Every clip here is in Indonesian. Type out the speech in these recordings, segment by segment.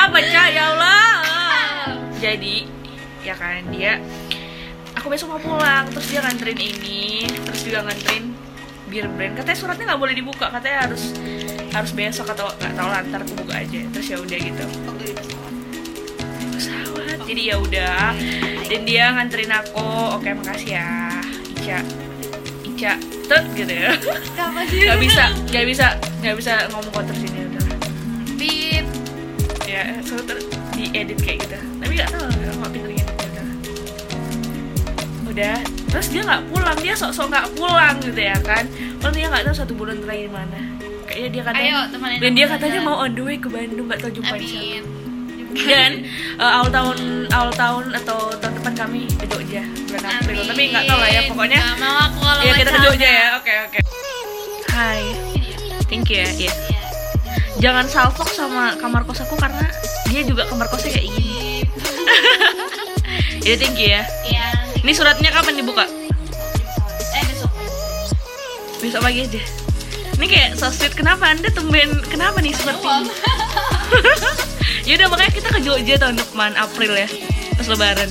baca ya Allah. Jadi ya kan aku besok mau pulang, terus dia nganterin ini, terus juga nganterin Beer Brand. Katanya suratnya nggak boleh dibuka, katanya harus besok atau nggak tahu lantar aku buka aja. Terus ya udah gitu. Pesawat. Jadi ya udah. Dan dia nganterin aku. Oke, makasih ya, Ica, tet gitu ya. Gak bisa ngomong kotor sini udah. Bip. Ya, so diedit kayak gitu. Tapi nggak tahu nggak pinter gitu. Udah, terus dia nggak pulang, dia sok-sok nggak pulang gitu ya kan. Kalau dia nggak tahu 1 bulan terakhir mana. Kayaknya dia katanya. Ayo, temenin Dan dia aku katanya jalan. mau on the way ke Bandung, nggak tahu jumpa siapa. Amin. Dan awal tahun atau tahun depan kami ke Jogja bulan April. Tapi nggak tahu lah ya, pokoknya. Nggak mau aku kalau Ya kita ke bercanda. Jogja ya. Oke. Hai, thank you ya. Iya. Jangan salfok sama kamar kos aku karena dia juga kamar kosnya kayak gini. Ya thank you ya. Iya. Ini suratnya kapan dibuka? Besok. Besok pagi aja. Ini kayak so sweet. Kenapa anda kenapa nih seperti ini? Yaudah makanya kita ke Jogja tahun depan April ya, pas lebaran.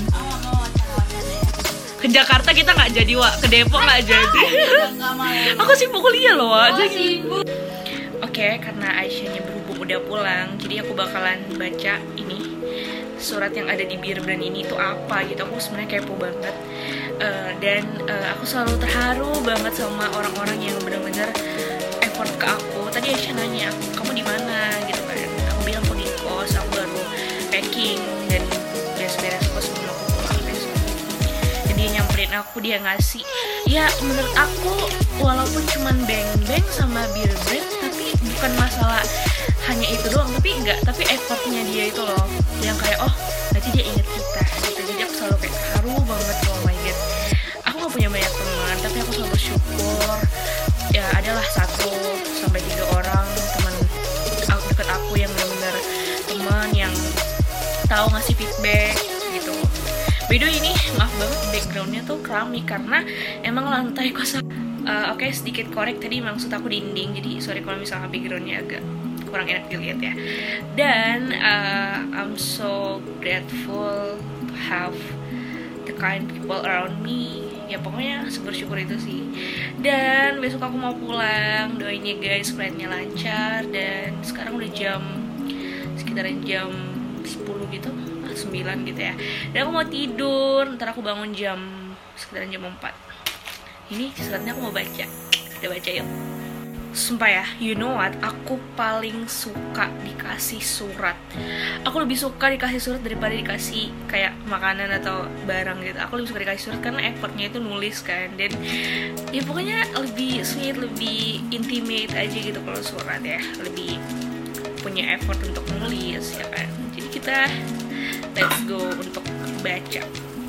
Ke Jakarta kita nggak jadi, Wak. Ke Depok nggak jadi. Aku sibuk kuliah loh, Wak. Jadi Oke, karena Aisyahnya berhubung udah pulang, jadi aku bakalan baca ini surat yang ada di Beer Brand ini tuh apa gitu. Aku sebenarnya kepo banget. Dan aku selalu terharu banget sama orang-orang yang benar-benar effort ke aku. Tadi Aisyah nanya, kamu di mana gitu kan? Aku bilang aku di kos, aku baru packing dan beres-beres kos sebelum aku pulang besok. Dan dia nyamperin aku, dia ngasih. Ya menurut aku walaupun cuman beng-beng sama Beer Brand, tapi bukan masalah hanya itu doang, tapi effortnya dia itu loh yang kayak nanti dia inget kita gitu. Jadi aku selalu kayak haru banget. Oh my god, aku gak punya banyak teman, tapi aku selalu bersyukur ya adalah 1-3 orang teman deket aku yang benar-benar teman yang tahu ngasih feedback gitu. By the way, ini maaf banget backgroundnya tuh keramik karena emang lantai kos. Oke, sedikit korek, tadi maksud aku dinding, jadi sorry kalau misalnya backgroundnya agak kurang enak dilihat ya. Dan I'm so grateful to have the kind people around me. Ya pokoknya bersyukur itu sih. Dan besok aku mau pulang, doain ya guys flightnya lancar. Dan sekarang udah sekitaran jam 10 gitu, 9 gitu ya. Dan aku mau tidur, ntar aku bangun sekitaran jam 4. Ini suratnya aku mau baca. Kita baca yuk. Sumpah ya, you know what? Aku paling suka dikasih surat. Aku lebih suka dikasih surat daripada dikasih kayak makanan atau barang gitu. Aku lebih suka dikasih surat karena effortnya itu nulis kan. Dan ya pokoknya lebih sweet, lebih intimate aja gitu kalau surat ya. Lebih punya effort untuk nulis ya kan. Jadi kita let's go untuk baca.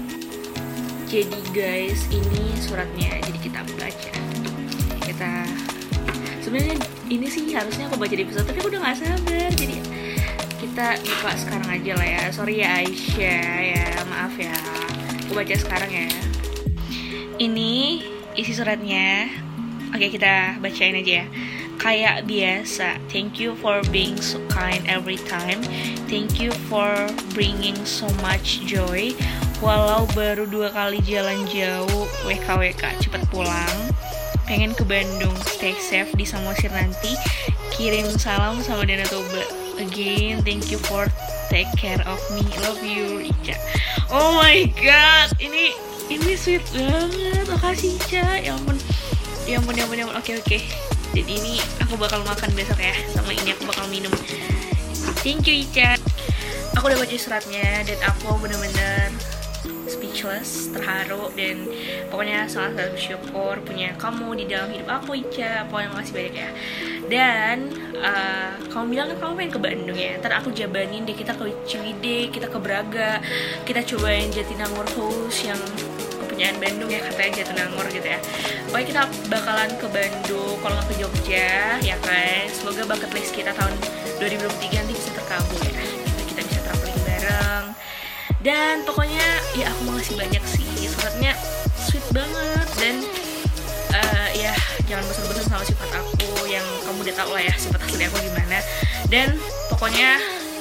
Jadi guys, ini suratnya. Jadi kita baca. Sebenarnya ini sih harusnya aku baca di episode, tapi aku udah gak sabar. Jadi kita buka sekarang aja lah ya. Sorry ya Aisyah ya, maaf ya. Aku baca sekarang ya. Ini isi suratnya. Oke, kita bacain aja ya. Kayak biasa, thank you for being so kind every time. Thank you for bringing so much joy. Walau baru 2 kali jalan jauh, WKWK cepet pulang. Pengen ke Bandung, stay safe di Samosir nanti. Kirim salam sama Dana Toba. Again, thank you for take care of me. Love you, Ica. Oh my god, ini sweet banget. Makasih Ica. Ya ampun. Oke. Jadi ini aku bakal makan besok ya. Sama ini aku bakal minum. Thank you Ica. Aku udah baca suratnya dan aku bener-bener speechless, terharu, dan pokoknya sangat bersyukur punya kamu di dalam hidup aku Ica. Pokoknya makasih banyak ya. Dan kamu bilang kan kamu pengen ke Bandung ya. Ntar aku jabanin deh, kita ke Ciwidey, kita ke Braga, kita cobain Jatinangor House yang kepunyaan Bandung ya, katanya Jatinangor gitu ya. Pokoknya kita bakalan ke Bandung, kalau nggak ke Jogja ya kan. Semoga bucket list kita tahun 2023 nanti bisa terkabul ya. Kita bisa traveling bareng. Dan pokoknya ya aku makasih banyak sih, suratnya sweet banget. Dan ya jangan bosan-bosan sama sifat aku yang kamu udah tau lah ya sifat asli aku gimana. Dan pokoknya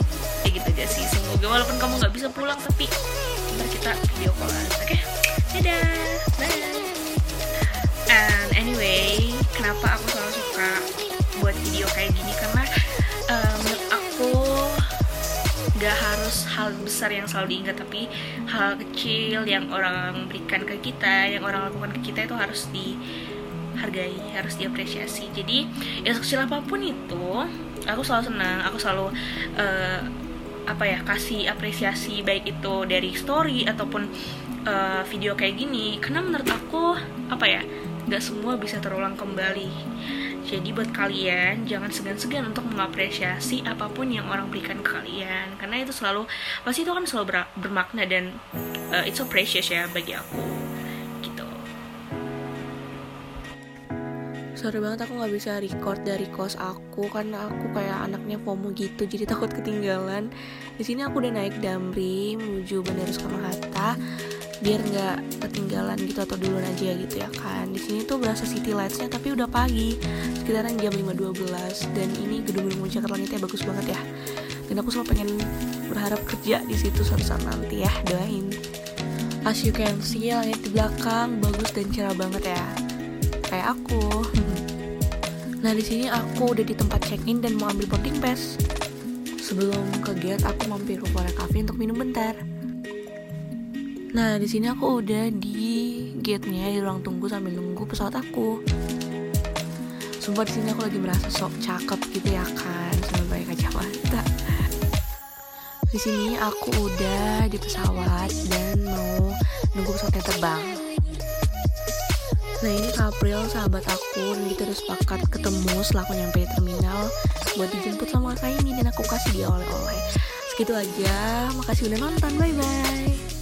kayak gitu aja sih. Semoga walaupun kamu nggak bisa pulang, tapi ntar kita video callan. Oke? Dadah, bye. And anyway, kenapa aku selalu suka buat video kayak gini, karena menurut aku gak harus hal besar yang selalu diingat, tapi hal kecil yang orang berikan ke kita, yang orang lakukan ke kita itu harus dihargai, harus diapresiasi. Jadi ya sekecil apapun itu, aku selalu senang, aku selalu kasih apresiasi, baik itu dari story ataupun video kayak gini, karena menurut aku gak semua bisa terulang kembali. Jadi buat kalian jangan segan-segan untuk mengapresiasi apapun yang orang berikan ke kalian, karena itu pasti itu kan selalu bermakna dan it's so precious ya bagi aku gitu. Sorry banget aku nggak bisa record dari kos aku karena aku kayak anaknya FOMO gitu, jadi takut ketinggalan. Di sini aku udah naik Damri menuju Bandara Soekarno-Hatta biar nggak ketinggalan gitu atau duluan aja gitu ya kan. Di sini tuh berasa city lights-nya tapi udah pagi, sekitaran jam 5.12, dan ini gedung-gedung Jakarta Langitnya bagus banget ya. Dan aku selalu pengen berharap kerja di situ suatu saat nanti ya, doain. As you can see, langit di belakang bagus dan cerah banget ya, kayak aku. Nah di sini aku udah di tempat check-in dan mau ambil boarding pass. Sebelum ke gate aku mampir ke Flora Cafe untuk minum bentar. Nah di sini aku udah di gate-nya, di ruang tunggu sambil nunggu pesawat aku. Sumpah di sini aku lagi merasa sok cakep gitu ya kan, sambil pakai kacamata. Di sini aku udah di pesawat dan mau nunggu pesawatnya terbang. Nah ini April sahabat aku, dan kita udah sepakat ketemu setelah aku nyampe di terminal buat dijemput sama Kak ini, dan aku kasih dia oleh-oleh. Segitu aja, makasih udah nonton, bye-bye.